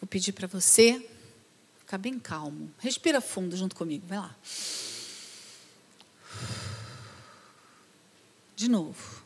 Vou pedir para você ficar bem calmo. Respira fundo junto comigo, vai lá. De novo.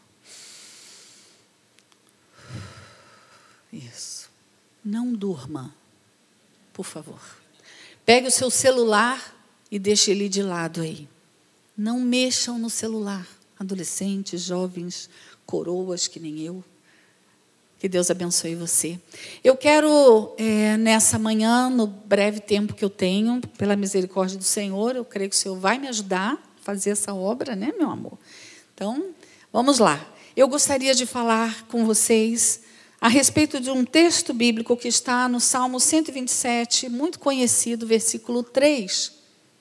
Isso. Não durma, por favor. Pegue o seu celular e deixe ele de lado aí. Não mexam no celular, adolescentes, jovens, coroas que nem eu. Que Deus abençoe você. Eu quero, nessa manhã, no breve tempo que eu tenho, pela misericórdia do Senhor, eu creio que o Senhor vai me ajudar a fazer essa obra, né, meu amor? Então, vamos lá. Eu gostaria de falar com vocês a respeito de um texto bíblico que está no Salmo 127, muito conhecido, versículo 3.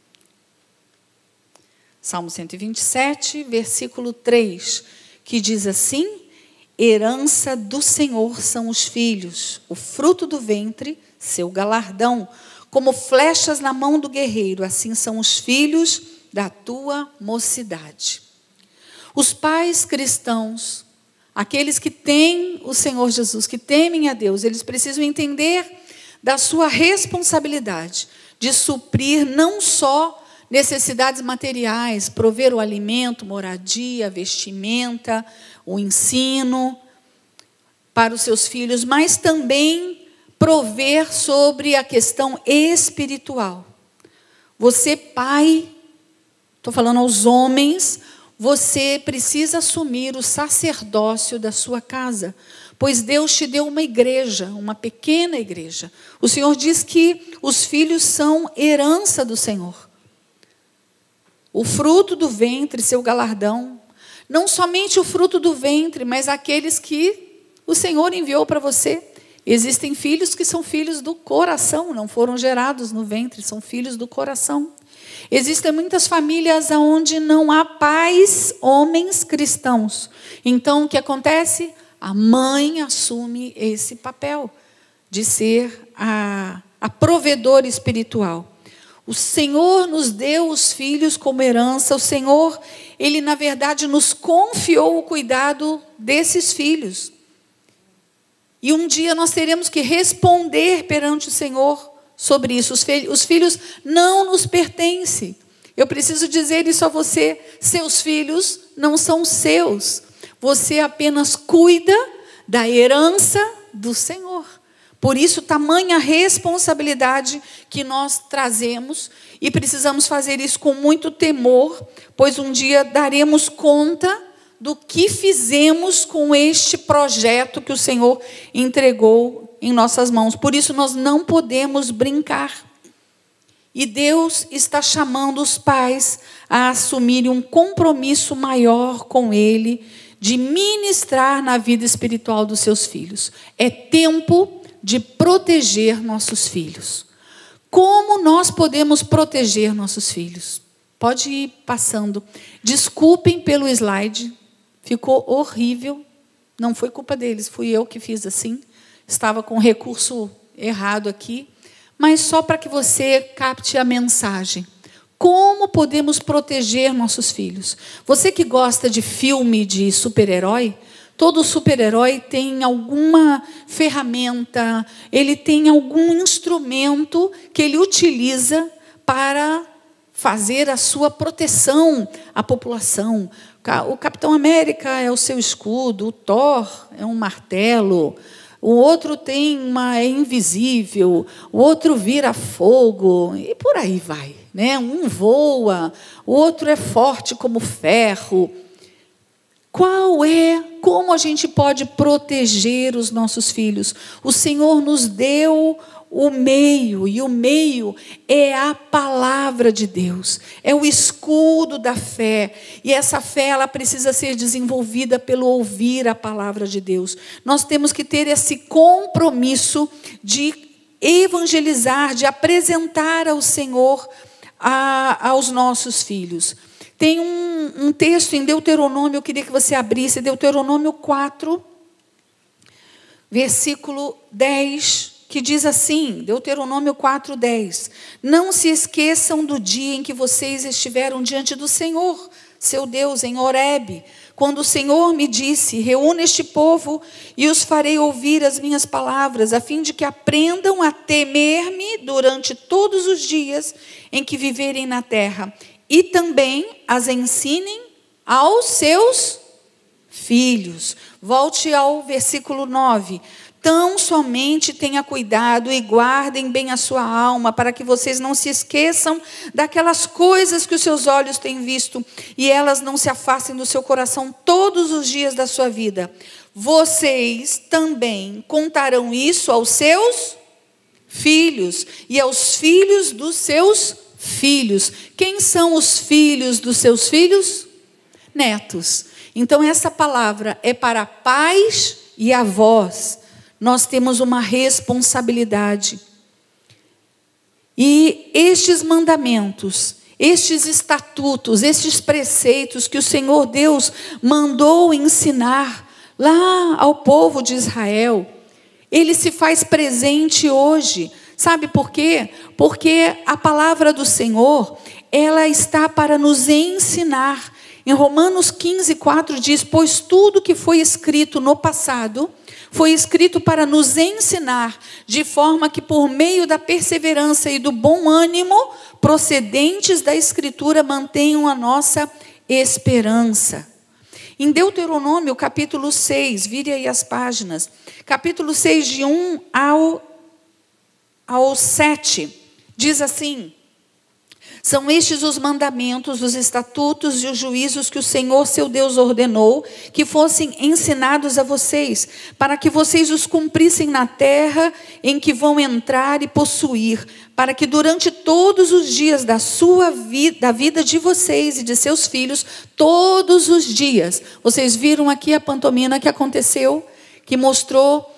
Salmo 127, versículo 3, que diz assim: herança do Senhor são os filhos, o fruto do ventre, seu galardão. Como flechas na mão do guerreiro, assim são os filhos da tua mocidade. Os pais cristãos, aqueles que têm o Senhor Jesus, que temem a Deus, eles precisam entender da sua responsabilidade de suprir não só necessidades materiais, prover o alimento, moradia, vestimenta, o ensino para os seus filhos, mas também prover sobre a questão espiritual. Você, pai, estou falando aos homens, você precisa assumir o sacerdócio da sua casa, pois Deus te deu uma igreja, uma pequena igreja. O Senhor diz que os filhos são herança do Senhor. O fruto do ventre, seu galardão. Não somente o fruto do ventre, mas aqueles que o Senhor enviou para você. Existem filhos que são filhos do coração, não foram gerados no ventre, são filhos do coração. Existem muitas famílias onde não há pais, homens cristãos. Então, o que acontece? A mãe assume esse papel de ser a provedora espiritual. O Senhor nos deu os filhos como herança. O Senhor, Ele, na verdade, nos confiou o cuidado desses filhos. E um dia nós teremos que responder perante o Senhor sobre isso. Os filhos não nos pertencem. Eu preciso dizer isso a você. Seus filhos não são seus. Você apenas cuida da herança do Senhor. Por isso, tamanha responsabilidade que nós trazemos e precisamos fazer isso com muito temor, pois um dia daremos conta do que fizemos com este projeto que o Senhor entregou em nossas mãos. Por isso, nós não podemos brincar. E Deus está chamando os pais a assumirem um compromisso maior com Ele, de ministrar na vida espiritual dos seus filhos. É tempo de proteger nossos filhos. Como nós podemos proteger nossos filhos? Pode ir passando. Desculpem pelo slide, ficou horrível. Não foi culpa deles, fui eu que fiz assim. Estava com o recurso errado aqui. Mas só para que você capte a mensagem. Como podemos proteger nossos filhos? Você que gosta de filme de super-herói, todo super-herói tem alguma ferramenta, ele tem algum instrumento que ele utiliza para fazer a sua proteção à população. O Capitão América é o seu escudo, o Thor é um martelo, o outro é invisível, o outro vira fogo, e por aí vai, né? Um voa, o outro é forte como ferro. Como a gente pode proteger os nossos filhos? O Senhor nos deu o meio, e o meio é a palavra de Deus, é o escudo da fé, e essa fé ela precisa ser desenvolvida pelo ouvir a palavra de Deus. Nós temos que ter esse compromisso de evangelizar, de apresentar ao Senhor aos nossos filhos. Tem um texto em Deuteronômio, eu queria que você abrisse, Deuteronômio 4, versículo 10, que diz assim, Deuteronômio 4, 10. Não se esqueçam do dia em que vocês estiveram diante do Senhor, seu Deus, em Horebe, quando o Senhor me disse: reúna este povo e os farei ouvir as minhas palavras, a fim de que aprendam a temer-me durante todos os dias em que viverem na terra, e também as ensinem aos seus filhos. Volte ao versículo 9. Tão somente tenha cuidado e guardem bem a sua alma, para que vocês não se esqueçam daquelas coisas que os seus olhos têm visto, e elas não se afastem do seu coração todos os dias da sua vida. Vocês também contarão isso aos seus filhos e aos filhos dos seus filhos. Quem são os filhos dos seus filhos? Netos. Então essa palavra é para pais e avós. Nós temos uma responsabilidade. E estes mandamentos, estes estatutos, estes preceitos que o Senhor Deus mandou ensinar lá ao povo de Israel, ele se faz presente hoje. Sabe por quê? Porque a palavra do Senhor, ela está para nos ensinar. Em Romanos 15:4 diz: pois tudo que foi escrito no passado foi escrito para nos ensinar, de forma que por meio da perseverança e do bom ânimo procedentes da Escritura mantenham a nossa esperança. Em Deuteronômio capítulo 6, vire aí as páginas, capítulo 6 de 1 ao 7, diz assim: são estes os mandamentos, os estatutos e os juízos que o Senhor, seu Deus, ordenou que fossem ensinados a vocês, para que vocês os cumprissem na terra em que vão entrar e possuir, para que durante todos os dias da vida de vocês e de seus filhos, todos os dias, vocês viram aqui a pantomima que aconteceu, que mostrou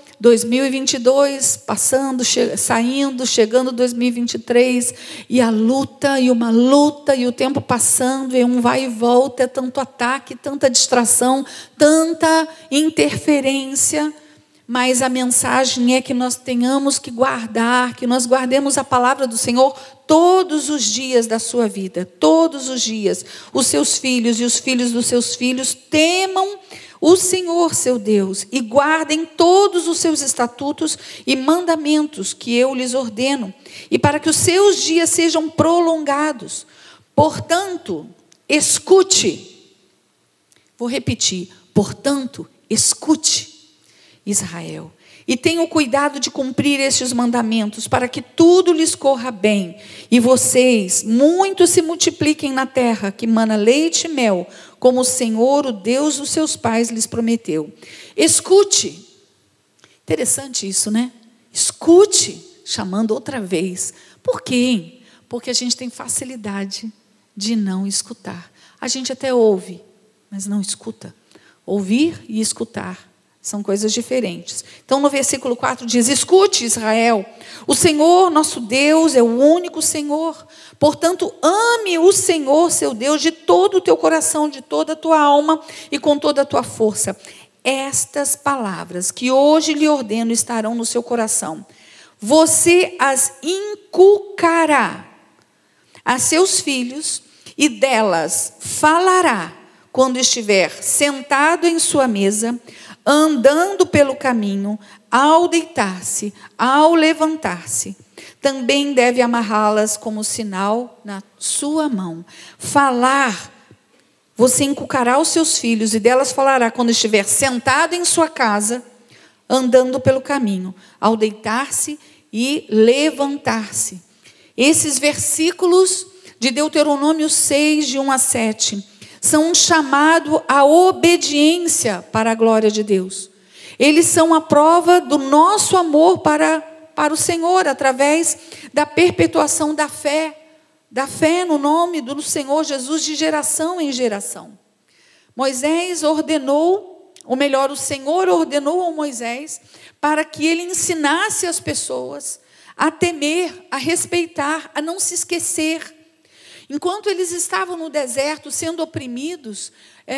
2022, passando, saindo, chegando 2023, e a luta, e uma luta, e o tempo passando, e um vai e volta, é tanto ataque, tanta distração, tanta interferência, mas a mensagem é que nós tenhamos que guardar, que nós guardemos a palavra do Senhor todos os dias da sua vida, todos os dias. Os seus filhos e os filhos dos seus filhos temam o Senhor, seu Deus, e guardem todos os seus estatutos e mandamentos que eu lhes ordeno, e para que os seus dias sejam prolongados. Portanto, escute. Vou repetir. Portanto, escute, Israel, e tenha o cuidado de cumprir estes mandamentos, para que tudo lhes corra bem, e vocês muito se multipliquem na terra, que mana leite e mel, como o Senhor, o Deus dos seus pais, lhes prometeu. Escute. Interessante isso, né? Escute, chamando outra vez. Por quê? Porque a gente tem facilidade de não escutar. A gente até ouve, mas não escuta. Ouvir e escutar são coisas diferentes. Então, no versículo 4 diz: escute, Israel, o Senhor nosso Deus é o único Senhor. Portanto, ame o Senhor, seu Deus, de todo o teu coração, de toda a tua alma e com toda a tua força. Estas palavras que hoje lhe ordeno estarão no seu coração. Você as inculcará a seus filhos e delas falará quando estiver sentado em sua mesa, andando pelo caminho, ao deitar-se, ao levantar-se. Também deve amarrá-las como sinal na sua mão. Falar, você inculcará aos seus filhos, e delas falará quando estiver sentado em sua casa, andando pelo caminho, ao deitar-se e levantar-se. Esses versículos de Deuteronômio 6, de 1 a 7, são um chamado à obediência para a glória de Deus. Eles são a prova do nosso amor para o Senhor, através da perpetuação da fé no nome do Senhor Jesus, de geração em geração. Moisés ordenou, ou melhor, o Senhor ordenou a Moisés para que ele ensinasse as pessoas a temer, a respeitar, a não se esquecer. Enquanto eles estavam no deserto, sendo oprimidos,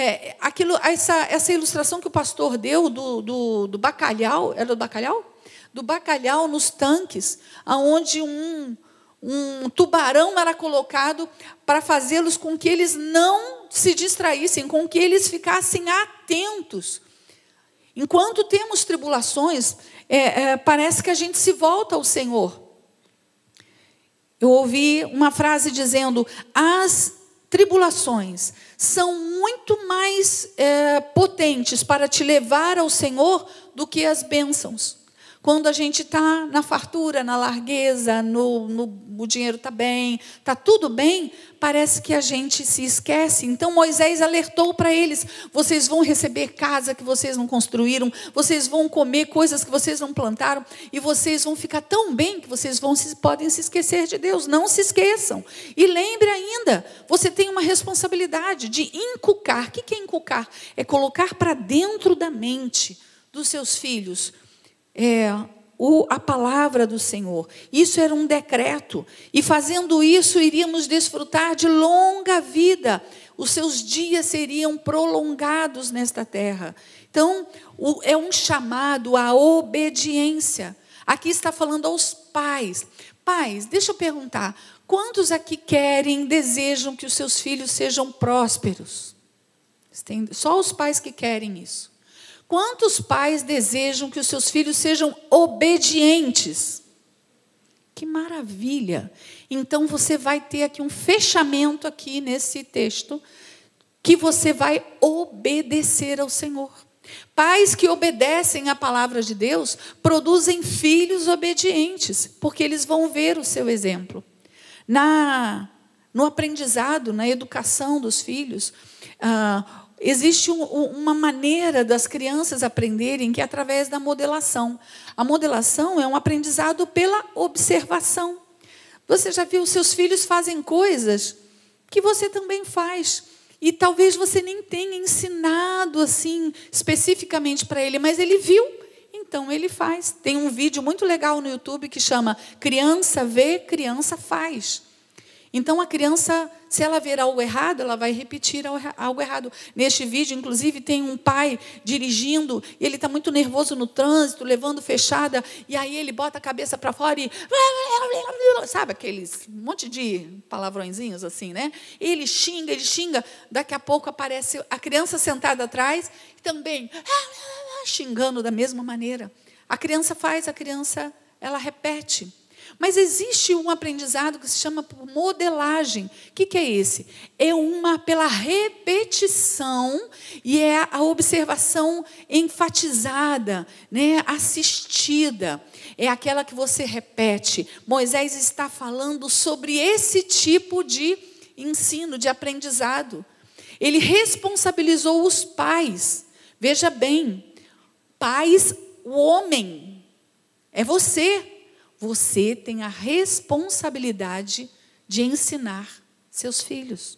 essa ilustração que o pastor deu do bacalhau, era do bacalhau? Do bacalhau nos tanques, onde um tubarão era colocado para fazê-los com que eles não se distraíssem, com que eles ficassem atentos. Enquanto temos tribulações, parece que a gente se volta ao Senhor. Eu ouvi uma frase dizendo: as tribulações são muito mais potentes para te levar ao Senhor do que as bênçãos. Quando a gente está na fartura, na largueza, o dinheiro está bem, está tudo bem, parece que a gente se esquece. Então Moisés alertou para eles: vocês vão receber casa que vocês não construíram, vocês vão comer coisas que vocês não plantaram, e vocês vão ficar tão bem que vocês podem se esquecer de Deus. Não se esqueçam. E lembre ainda, você tem uma responsabilidade de inculcar. O que é inculcar? É colocar para dentro da mente dos seus filhos a palavra do Senhor. Isso era um decreto. E fazendo isso, iríamos desfrutar de longa vida. Os seus dias seriam prolongados nesta terra. Então, é um chamado à obediência. Aqui está falando aos pais. Pais, deixa eu perguntar: quantos aqui querem, desejam que os seus filhos sejam prósperos? Só os pais que querem isso. Quantos pais desejam que os seus filhos sejam obedientes? Que maravilha! Então você vai ter aqui um fechamento aqui nesse texto, que você vai obedecer ao Senhor. Pais que obedecem à palavra de Deus produzem filhos obedientes, porque eles vão ver o seu exemplo. No aprendizado, na educação dos filhos, existe uma maneira das crianças aprenderem, que é através da modelação. A modelação é um aprendizado pela observação. Você já viu, seus filhos fazem coisas que você também faz. E talvez você nem tenha ensinado assim especificamente para ele, mas ele viu, então ele faz. Tem um vídeo muito legal no YouTube que chama Criança Vê, Criança Faz. Então, a criança, se ela ver algo errado, ela vai repetir algo errado. Neste vídeo, inclusive, tem um pai dirigindo, e ele está muito nervoso no trânsito, levando fechada, e aí ele bota a cabeça para fora e... Sabe aqueles monte de palavrõezinhos assim, né? Ele xinga, daqui a pouco aparece a criança sentada atrás, também xingando da mesma maneira. A criança faz, ela repete. Mas existe um aprendizado que se chama modelagem. O que é esse? É pela repetição, e é a observação enfatizada, né? Assistida. É aquela que você repete. Moisés está falando sobre esse tipo de ensino, de aprendizado. Ele responsabilizou os pais. Veja bem, pais, o homem, é você. Você tem a responsabilidade de ensinar seus filhos.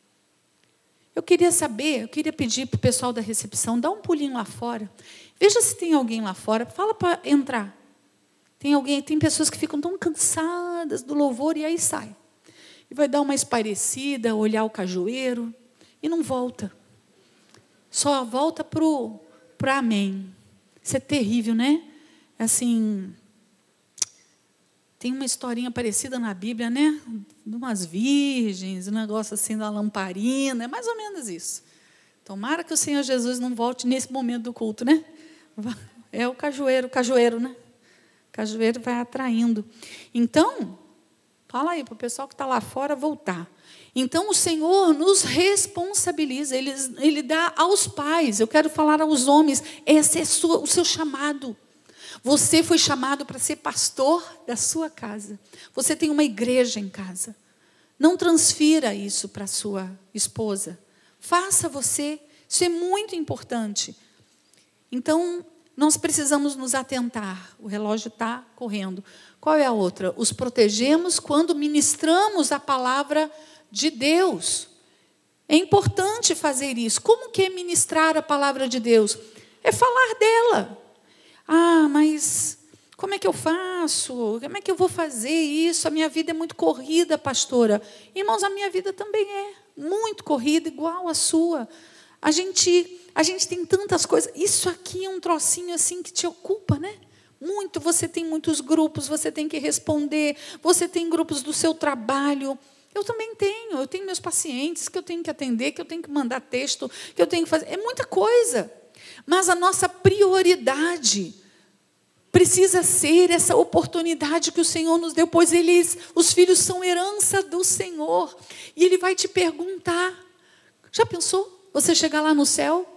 Eu queria pedir para o pessoal da recepção, dá um pulinho lá fora. Veja se tem alguém lá fora, fala para entrar. Tem pessoas que ficam tão cansadas do louvor e aí sai. E vai dar uma espairecida, olhar o cajueiro e não volta. Só volta para amém. Isso é terrível, né? Assim... Tem uma historinha parecida na Bíblia, né? De umas virgens, um negócio assim da lamparina, é mais ou menos isso. Tomara que o Senhor Jesus não volte nesse momento do culto, né? É o cajueiro, né? O cajueiro vai atraindo. Então, fala aí para o pessoal que está lá fora voltar. Então, o Senhor nos responsabiliza, Ele dá aos pais, eu quero falar aos homens, esse é o seu chamado. Você foi chamado para ser pastor da sua casa. Você tem uma igreja em casa. Não transfira isso para a sua esposa. Faça você. Isso é muito importante. Então, nós precisamos nos atentar. O relógio está correndo. Qual é a outra? Os protegemos quando ministramos a palavra de Deus. É importante fazer isso. Como que é ministrar a palavra de Deus? É falar dela. Ah, mas como é que eu faço? Como é que eu vou fazer isso? A minha vida é muito corrida, pastora. Irmãos, a minha vida também é muito corrida, igual a sua. A gente tem tantas coisas. Isso aqui é um trocinho assim que te ocupa, né? Muito. Você tem muitos grupos, você tem que responder. Você tem grupos do seu trabalho. Eu também tenho. Eu tenho meus pacientes que eu tenho que atender, que eu tenho que mandar texto, que eu tenho que fazer. É muita coisa. Mas a nossa prioridade precisa ser essa oportunidade que o Senhor nos deu, pois os filhos são herança do Senhor. E Ele vai te perguntar. Já pensou? Você chegar lá no céu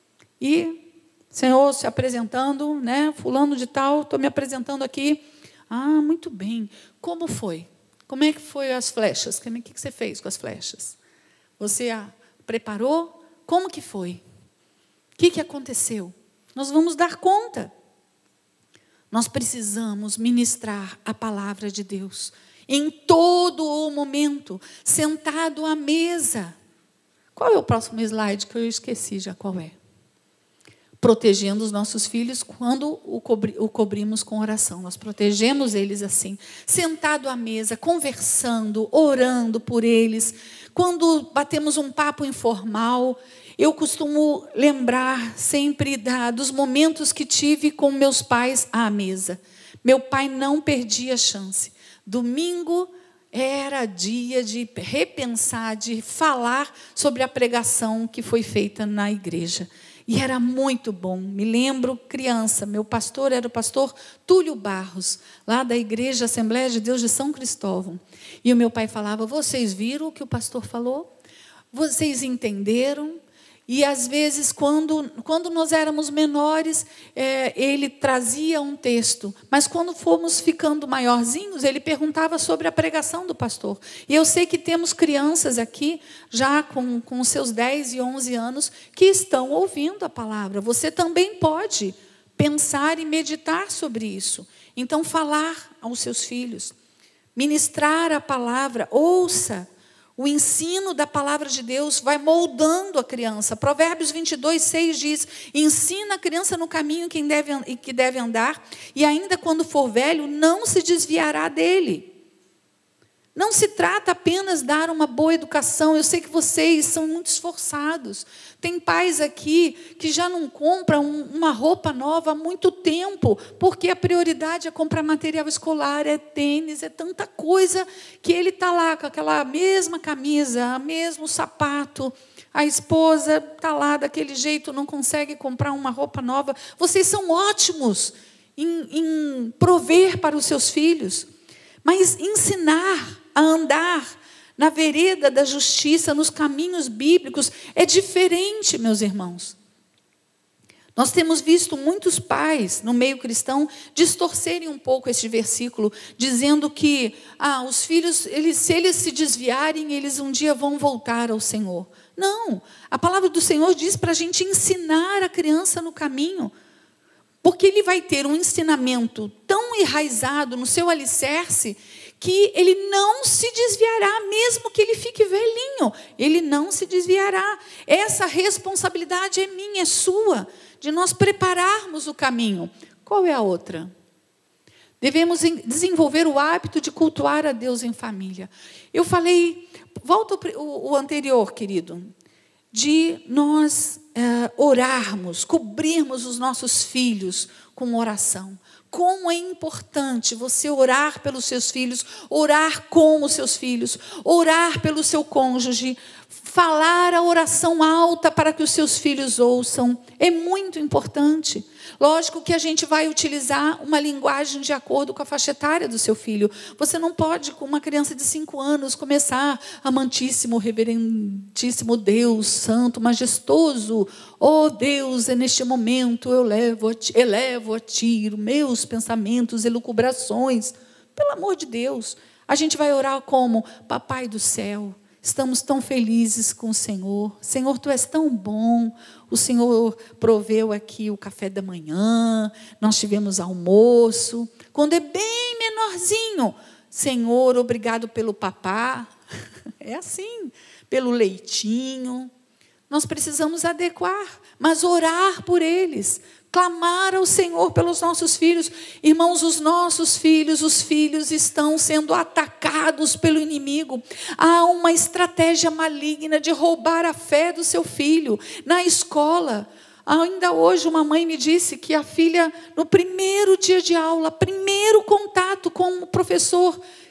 e, Senhor, se apresentando, né? Fulano de tal, estou me apresentando aqui. Ah, muito bem. Como foi? Como é que foi as flechas? O que você fez com as flechas? Você a preparou? Como que foi? O que aconteceu? Nós vamos dar conta. Nós precisamos ministrar a palavra de Deus em todo o momento, sentado à mesa. Qual é o próximo slide que eu esqueci já qual é? Protegendo os nossos filhos quando o cobrimos com oração. Nós protegemos eles assim, sentado à mesa, conversando, orando por eles. Quando batemos um papo informal, eu costumo lembrar sempre dos momentos que tive com meus pais à mesa. Meu pai não perdia a chance. Domingo era dia de repensar, de falar sobre a pregação que foi feita na igreja. E era muito bom. Me lembro, criança, meu pastor era o pastor Túlio Barros, lá da Igreja Assembleia de Deus de São Cristóvão. E o meu pai falava, vocês viram o que o pastor falou? Vocês entenderam? E, às vezes, quando nós éramos menores, ele trazia um texto. Mas, quando fomos ficando maiorzinhos, ele perguntava sobre a pregação do pastor. E eu sei que temos crianças aqui, já com os seus 10 e 11 anos, que estão ouvindo a palavra. Você também pode pensar e meditar sobre isso. Então, falar aos seus filhos, ministrar a palavra, ouça. O ensino da palavra de Deus vai moldando a criança. Provérbios 22:6 diz, ensina a criança no caminho que deve andar, e ainda quando for velho, não se desviará dele. Não se trata apenas de dar uma boa educação. Eu sei que vocês são muito esforçados. Tem pais aqui que já não compram uma roupa nova há muito tempo, porque a prioridade é comprar material escolar, é tênis, é tanta coisa, que ele está lá com aquela mesma camisa, o mesmo sapato. A esposa está lá daquele jeito, não consegue comprar uma roupa nova. Vocês são ótimos em prover para os seus filhos, mas ensinar a andar na vereda da justiça, nos caminhos bíblicos, é diferente, meus irmãos. Nós temos visto muitos pais, no meio cristão, distorcerem um pouco este versículo, dizendo que os filhos, se eles se desviarem, eles um dia vão voltar ao Senhor. Não, a palavra do Senhor diz para a gente ensinar a criança no caminho, porque ele vai ter um ensinamento tão enraizado no seu alicerce, que ele não se desviará, mesmo que ele fique velhinho, ele não se desviará. Essa responsabilidade é minha, é sua, de nós prepararmos o caminho. Qual é a outra? Devemos desenvolver o hábito de cultuar a Deus em família. Eu falei, volta o anterior, querido, de nós orarmos, cobrirmos os nossos filhos com oração. Como é importante você orar pelos seus filhos, orar com os seus filhos, orar pelo seu cônjuge, falar a oração alta para que os seus filhos ouçam. É muito importante. Lógico que a gente vai utilizar uma linguagem de acordo com a faixa etária do seu filho. Você não pode, com uma criança de 5 anos, começar amantíssimo, reverendíssimo Deus, santo, majestoso. Oh Deus, é neste momento eu elevo a ti meus pensamentos, elucubrações. Pelo amor de Deus, a gente vai orar como? Papai do céu, estamos tão felizes com o Senhor. Senhor, Tu és tão bom. O Senhor proveu aqui o café da manhã, nós tivemos almoço. Quando é bem menorzinho, Senhor, obrigado pelo papá. É assim, pelo leitinho. Nós precisamos adequar, mas orar por eles, clamar ao Senhor pelos nossos filhos. Irmãos, os nossos filhos, os filhos estão sendo atacados pelo inimigo. Há uma estratégia maligna de roubar a fé do seu filho na escola. Ainda hoje uma mãe me disse que a filha, no primeiro dia de aula, primeiro contato com o professor,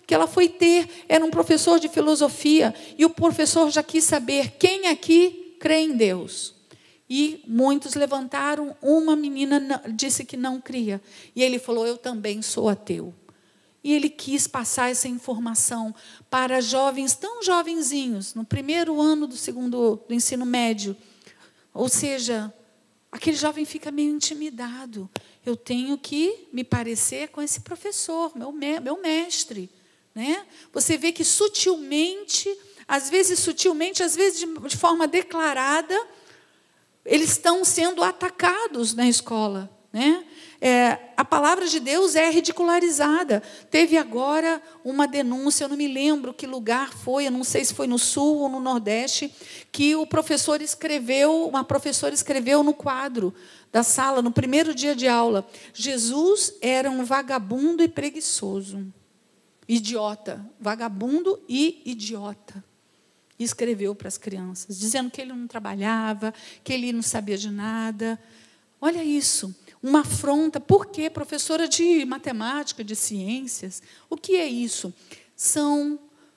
que ela foi ter, era um professor de filosofia, e o professor já quis saber quem aqui crê em Deus. E muitos levantaram, uma menina disse que não cria. E ele falou, eu também sou ateu. E ele quis passar essa informação para jovens, tão jovenzinhos, no primeiro ano do ensino médio. Ou seja, aquele jovem fica meio intimidado. Eu tenho que me parecer com esse professor, meu mestre. Né? Você vê que sutilmente, às vezes de forma declarada, eles estão sendo atacados na escola. Né? A palavra de Deus é ridicularizada. Teve agora uma denúncia, eu não me lembro que lugar foi, eu não sei se foi no Sul ou no Nordeste, que uma professora escreveu no quadro da sala, no primeiro dia de aula, Jesus era um vagabundo e preguiçoso. Idiota. Vagabundo e idiota. E escreveu para as crianças, dizendo que ele não trabalhava, que ele não sabia de nada. Olha isso. Uma afronta. Por quê? Professora de matemática, de ciências. O que é isso? São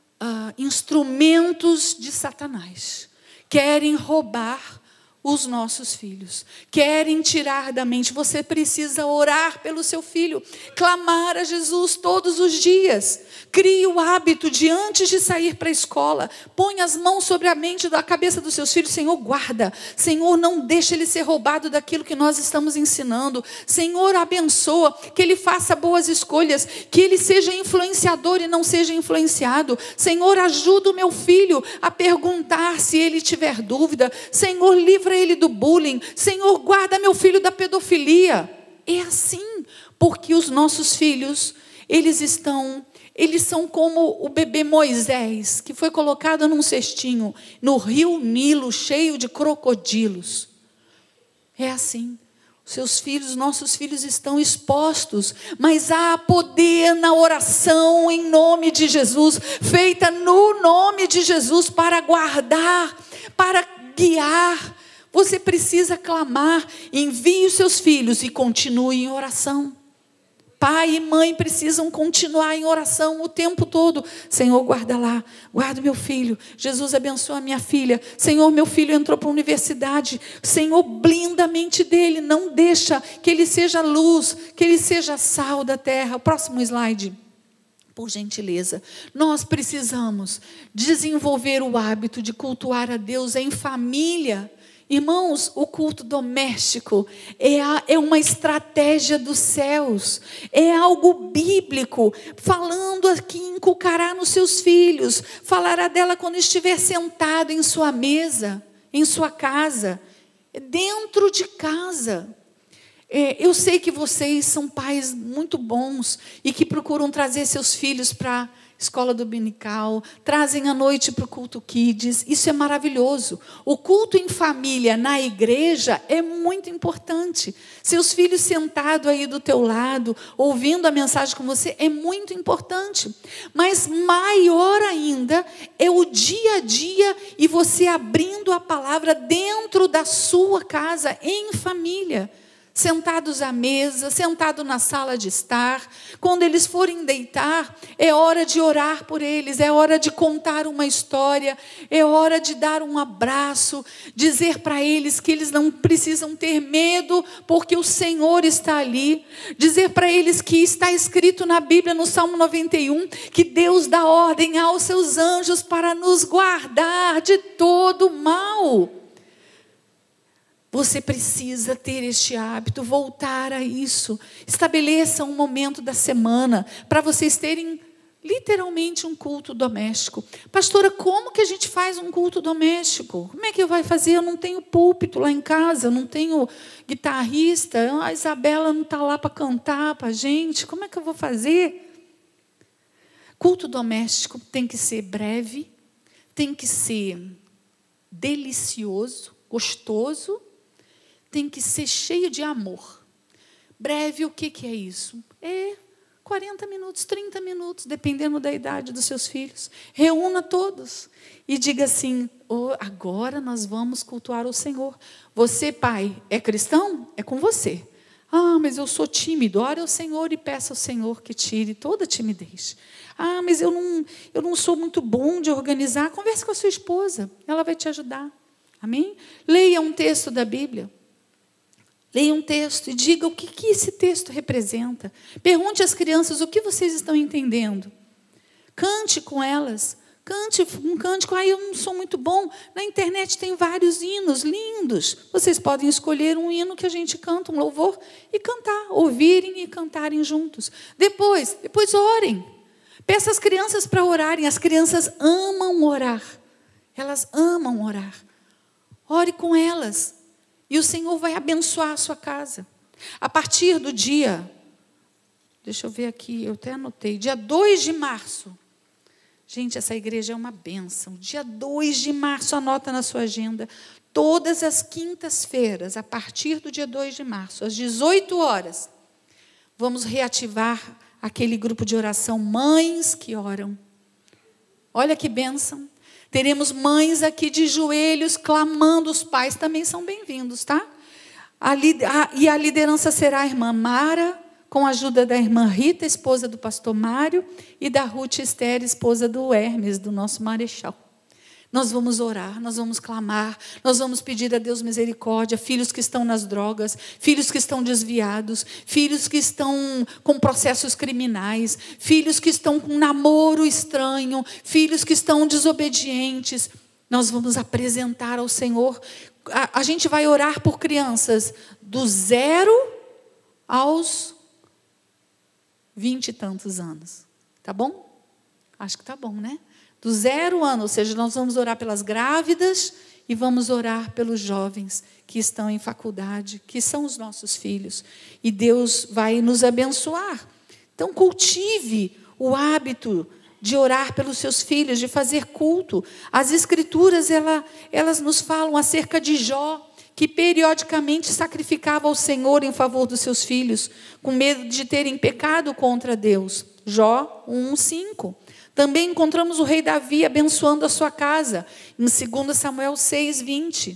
instrumentos de Satanás. Querem roubar os nossos filhos. Querem tirar da mente. Você precisa orar pelo seu filho. Clamar a Jesus todos os dias. Crie o hábito de, antes de sair para a escola, põe as mãos sobre a mente da cabeça dos seus filhos. Senhor, guarda. Senhor, não deixe ele ser roubado daquilo que nós estamos ensinando. Senhor, abençoa. Que ele faça boas escolhas. Que ele seja influenciador e não seja influenciado. Senhor, ajuda o meu filho a perguntar se ele tiver dúvida. Senhor, livra ele do bullying. Senhor, guarda meu filho da pedofilia. É assim, porque os nossos filhos, eles são como o bebê Moisés, que foi colocado num cestinho, no rio Nilo, cheio de crocodilos. É assim. Seus filhos, nossos filhos estão expostos, mas há poder na oração em nome de Jesus, feita no nome de Jesus, para guardar, para guiar. Você precisa clamar, envie os seus filhos e continue em oração. Pai e mãe precisam continuar em oração o tempo todo. Senhor, guarda lá, guarda meu filho. Jesus, abençoa a minha filha. Senhor, meu filho entrou para a universidade. Senhor, blinda a mente dele. Não deixa que ele seja luz, que ele seja sal da terra. O próximo slide. Por gentileza. Nós precisamos desenvolver o hábito de cultuar a Deus em família. Irmãos, o culto doméstico é uma estratégia dos céus, é algo bíblico, falando aqui, inculcará nos seus filhos, falará dela quando estiver sentado em sua mesa, em sua casa, dentro de casa. Eu sei que vocês são pais muito bons e que procuram trazer seus filhos para escola dominical, trazem à noite para o culto Kids, isso é maravilhoso. O culto em família na igreja é muito importante. Seus filhos sentados aí do teu lado, ouvindo a mensagem com você, é muito importante. Mas maior ainda é o dia a dia e você abrindo a palavra dentro da sua casa, em família. Sentados à mesa, sentados na sala de estar. Quando eles forem deitar, é hora de orar por eles, é hora de contar uma história, é hora de dar um abraço, dizer para eles que eles não precisam ter medo, porque o Senhor está ali. Dizer para eles que está escrito na Bíblia, no Salmo 91, que Deus dá ordem aos seus anjos para nos guardar de todo mal. Você precisa ter este hábito, voltar a isso. Estabeleça um momento da semana para vocês terem literalmente um culto doméstico. Pastora, como que a gente faz um culto doméstico? Como é que vai fazer? Eu não tenho púlpito lá em casa, eu não tenho guitarrista, a Isabela não está lá para cantar para a gente. Como é que eu vou fazer? Culto doméstico tem que ser breve, tem que ser delicioso, gostoso, tem que ser cheio de amor. Breve, o que é isso? É 40 minutos, 30 minutos, dependendo da idade dos seus filhos. Reúna todos e diga assim, agora nós vamos cultuar o Senhor. Você, pai, é cristão? É com você. Ah, mas eu sou tímido. Ore ao Senhor e peça ao Senhor que tire toda a timidez. Ah, mas eu não sou muito bom de organizar. Converse com a sua esposa, ela vai te ajudar. Amém? Leia um texto da Bíblia. Leia um texto e diga o que esse texto representa. Pergunte às crianças o que vocês estão entendendo. Cante com elas. Cante um cântico. Eu não sou muito bom. Na internet tem vários hinos lindos. Vocês podem escolher um hino que a gente canta, um louvor, e cantar. Ouvirem e cantarem juntos. Depois orem. Peça às crianças para orarem. As crianças amam orar. Elas amam orar. Ore com elas. E o Senhor vai abençoar a sua casa. A partir do dia, deixa eu ver aqui, eu até anotei, dia 2 de março. Gente, essa igreja é uma bênção. Dia 2 de março, anota na sua agenda. Todas as quintas-feiras, a partir do dia 2 de março, às 18 horas, vamos reativar aquele grupo de oração Mães que Oram. Olha que bênção. Teremos mães aqui de joelhos, clamando. Os pais também são bem-vindos, tá? E a liderança será a irmã Mara, com a ajuda da irmã Rita, esposa do pastor Mário, e da Ruth Esther, esposa do Hermes, do nosso marechal. Nós vamos orar, nós vamos clamar, nós vamos pedir a Deus misericórdia, filhos que estão nas drogas, filhos que estão desviados, filhos que estão com processos criminais, filhos que estão com namoro estranho, filhos que estão desobedientes. Nós vamos apresentar ao Senhor. A gente vai orar por crianças do 0 aos 20 e tantos anos. Tá bom? Acho que tá bom, né? Do 0 ano, ou seja, nós vamos orar pelas grávidas e vamos orar pelos jovens que estão em faculdade, que são os nossos filhos. E Deus vai nos abençoar. Então, cultive o hábito de orar pelos seus filhos, de fazer culto. As Escrituras, elas nos falam acerca de Jó, que periodicamente sacrificava ao Senhor em favor dos seus filhos, com medo de terem pecado contra Deus. Jó 1:5. Também encontramos o rei Davi abençoando a sua casa, em 2 Samuel 6:20.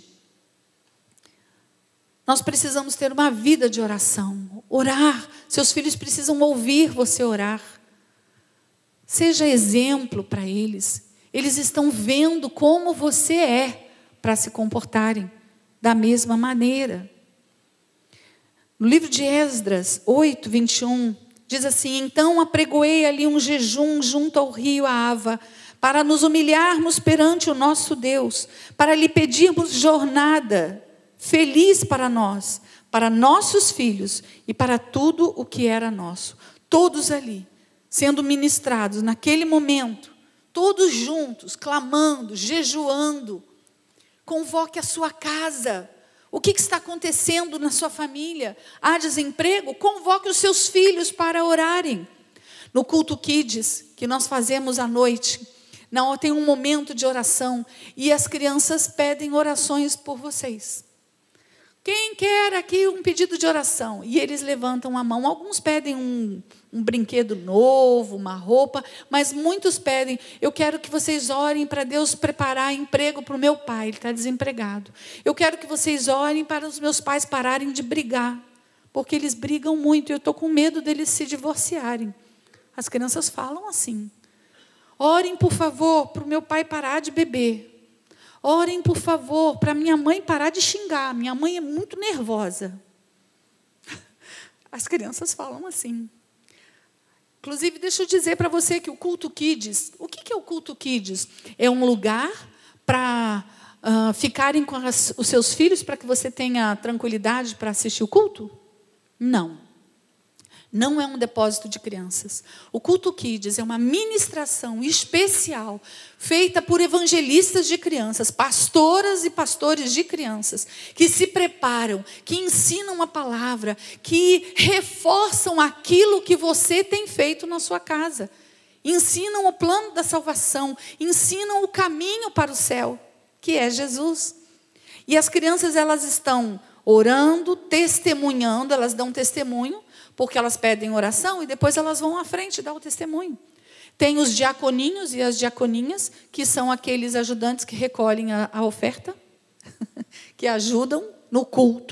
Nós precisamos ter uma vida de oração, orar. Seus filhos precisam ouvir você orar. Seja exemplo para eles. Eles estão vendo como você é para se comportarem da mesma maneira. No livro de Esdras 8:21, diz assim: então apregoei ali um jejum junto ao rio Ahava, para nos humilharmos perante o nosso Deus, para lhe pedirmos jornada feliz para nós, para nossos filhos e para tudo o que era nosso. Todos ali, sendo ministrados naquele momento, todos juntos, clamando, jejuando. Convoque a sua casa. O que está acontecendo na sua família? Há desemprego? Convoque os seus filhos para orarem. No culto Kids, que nós fazemos à noite, tem um momento de oração e as crianças pedem orações por vocês. Quem quer aqui um pedido de oração? E eles levantam a mão. Alguns pedem um brinquedo novo, uma roupa, mas muitos pedem: eu quero que vocês orem para Deus preparar emprego para o meu pai, ele está desempregado. Eu quero que vocês orem para os meus pais pararem de brigar, porque eles brigam muito e eu estou com medo deles se divorciarem. As crianças falam assim. Orem, por favor, para o meu pai parar de beber. Orem, por favor, para minha mãe parar de xingar. Minha mãe é muito nervosa. As crianças falam assim. Inclusive, deixa eu dizer para você que o culto Kids... O que é o culto Kids? É um lugar para ficarem com os seus filhos para que você tenha tranquilidade para assistir o culto? Não. Não é um depósito de crianças. O culto Kids é uma ministração especial feita por evangelistas de crianças, pastoras e pastores de crianças, que se preparam, que ensinam a palavra, que reforçam aquilo que você tem feito na sua casa. Ensinam o plano da salvação, ensinam o caminho para o céu, que é Jesus. E as crianças, elas estão orando, testemunhando, elas dão testemunho, porque elas pedem oração e depois elas vão à frente dar o testemunho. Tem os diaconinhos e as diaconinhas, que são aqueles ajudantes que recolhem a oferta, que ajudam no culto.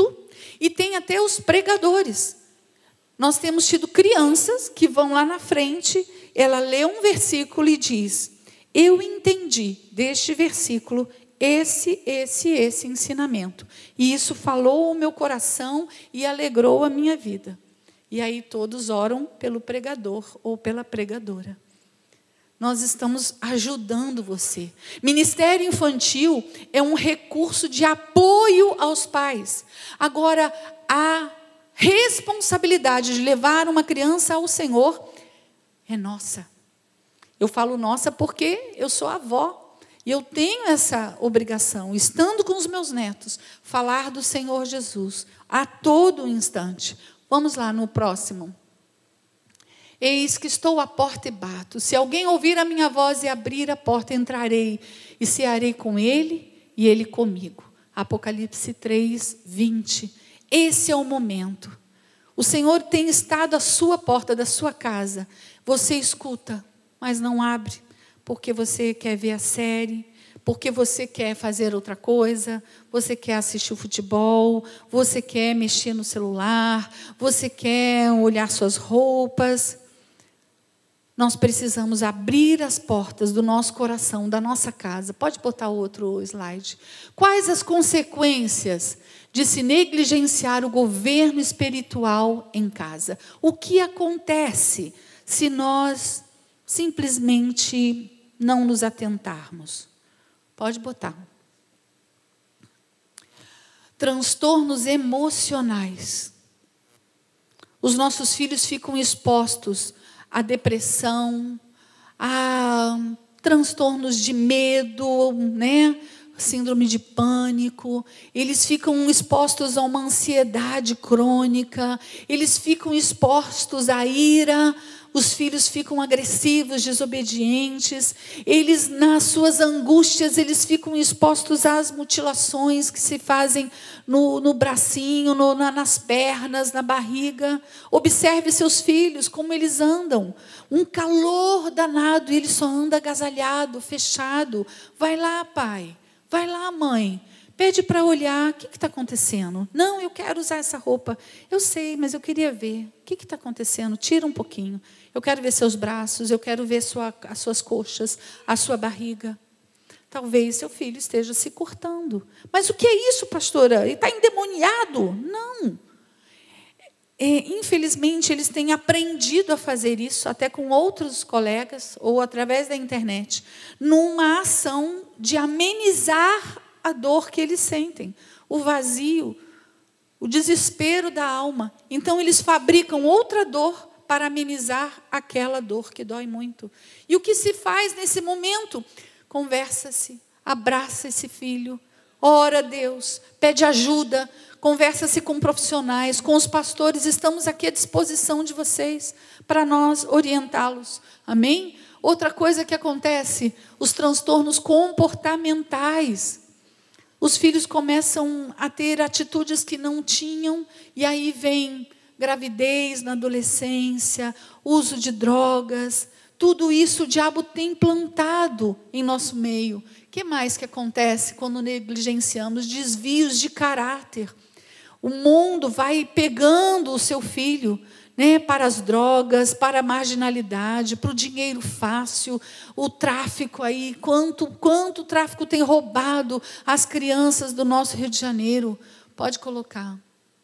E tem até os pregadores. Nós temos tido crianças que vão lá na frente, ela lê um versículo e diz: eu entendi deste versículo esse ensinamento. E isso falou ao meu coração e alegrou a minha vida. E aí todos oram pelo pregador ou pela pregadora. Nós estamos ajudando você. Ministério infantil é um recurso de apoio aos pais. Agora, a responsabilidade de levar uma criança ao Senhor é nossa. Eu falo nossa porque eu sou avó. E eu tenho essa obrigação, estando com os meus netos, falar do Senhor Jesus a todo instante. Vamos lá no próximo. Eis que estou à porta e bato. Se alguém ouvir a minha voz e abrir a porta, entrarei e cearei com ele e ele comigo. Apocalipse 3, 20. Esse é o momento. O Senhor tem estado à sua porta da sua casa. Você escuta, mas não abre, porque você quer ver a série, porque você quer fazer outra coisa, você quer assistir o futebol, você quer mexer no celular, você quer olhar suas roupas. Nós precisamos abrir as portas do nosso coração, da nossa casa. Pode botar outro slide. Quais as consequências de se negligenciar o governo espiritual em casa? O que acontece se nós simplesmente não nos atentarmos? Pode botar. Transtornos emocionais. Os nossos filhos ficam expostos a depressão, a transtornos de medo, né? Síndrome de pânico. Eles ficam expostos a uma ansiedade crônica, eles ficam expostos à ira, os filhos ficam agressivos, desobedientes, eles, nas suas angústias, eles ficam expostos às mutilações que se fazem no bracinho, nas pernas, na barriga. Observe seus filhos, como eles andam. Um calor danado, e ele só anda agasalhado, fechado. Vai lá, pai. Vai lá, mãe. Pede para olhar. O que está acontecendo? Não, eu quero usar essa roupa. Eu sei, mas eu queria ver. O que está acontecendo? Tira um pouquinho. Eu quero ver seus braços, eu quero ver as suas coxas, a sua barriga. Talvez seu filho esteja se cortando. Mas o que é isso, pastora? Ele está endemoniado? Não. Infelizmente, eles têm aprendido a fazer isso, até com outros colegas, ou através da internet, numa ação de amenizar a dor que eles sentem, o vazio, o desespero da alma. Então, eles fabricam outra dor para amenizar aquela dor que dói muito. E o que se faz nesse momento? Conversa-se, abraça esse filho, ora a Deus, pede ajuda, conversa-se com profissionais, com os pastores. Estamos aqui à disposição de vocês para nós orientá-los. Amém? Outra coisa que acontece, os transtornos comportamentais. Os filhos começam a ter atitudes que não tinham, e aí vem gravidez na adolescência, uso de drogas. Tudo isso o diabo tem plantado em nosso meio. O que mais que acontece quando negligenciamos? Desvios de caráter. O mundo vai pegando o seu filho, né, para as drogas, para a marginalidade, para o dinheiro fácil, o tráfico aí. Quanto o tráfico tem roubado as crianças do nosso Rio de Janeiro. Pode colocar.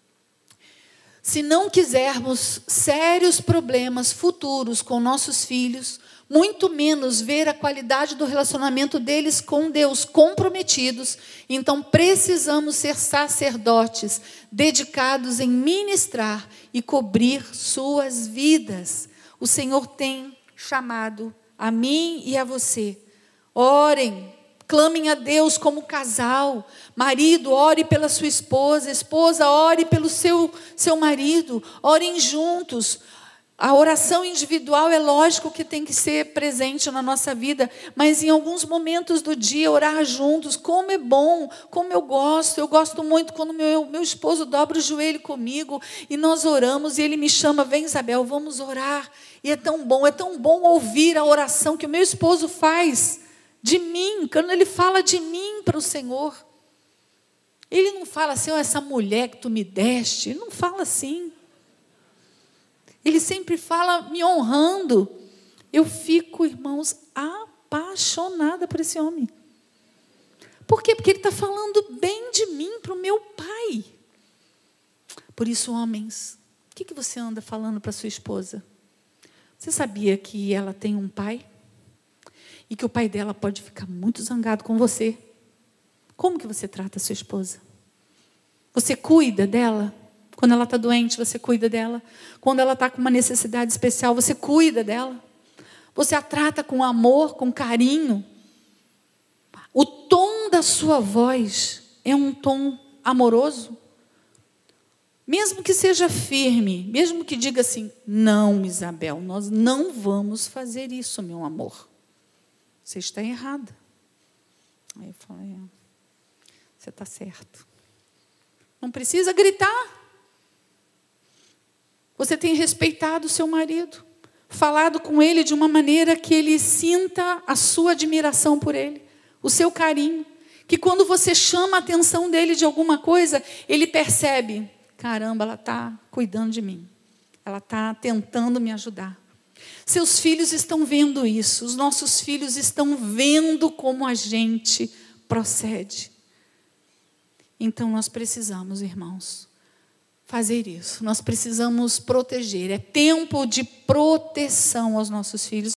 Se não quisermos sérios problemas futuros com nossos filhos, muito menos ver a qualidade do relacionamento deles com Deus comprometidos, então precisamos ser sacerdotes dedicados em ministrar e cobrir suas vidas. O Senhor tem chamado a mim e a você. Orem, clamem a Deus como casal. Marido, ore pela sua esposa. Esposa, ore pelo seu marido. Orem juntos. A oração individual é lógico que tem que ser presente na nossa vida, mas em alguns momentos do dia, orar juntos, como é bom, como eu gosto muito quando meu esposo dobra o joelho comigo, e nós oramos, e ele me chama, vem Isabel, vamos orar, e é tão bom ouvir a oração que o meu esposo faz de mim, quando ele fala de mim para o Senhor. Ele não fala assim, essa mulher que tu me deste. Ele não fala assim. Ele sempre fala me honrando. Eu fico, irmãos, apaixonada por esse homem. Por quê? Porque ele está falando bem de mim para o meu pai. Por isso, homens, o que você anda falando para sua esposa? Você sabia que ela tem um pai? E que o pai dela pode ficar muito zangado com você? Como que você trata a sua esposa? Você cuida dela? Quando ela está doente, você cuida dela. Quando ela está com uma necessidade especial, você cuida dela. Você a trata com amor, com carinho. O tom da sua voz é um tom amoroso? Mesmo que seja firme, mesmo que diga assim, não, Isabel, nós não vamos fazer isso, meu amor. Você está errada. Aí eu falei, você está certo. Não precisa gritar. Você tem respeitado o seu marido, falado com ele de uma maneira que ele sinta a sua admiração por ele, o seu carinho, que quando você chama a atenção dele de alguma coisa, ele percebe, caramba, ela está cuidando de mim, ela está tentando me ajudar. Seus filhos estão vendo isso, os nossos filhos estão vendo como a gente procede. Então nós precisamos, irmãos, fazer isso. Nós precisamos proteger. É tempo de proteção aos nossos filhos.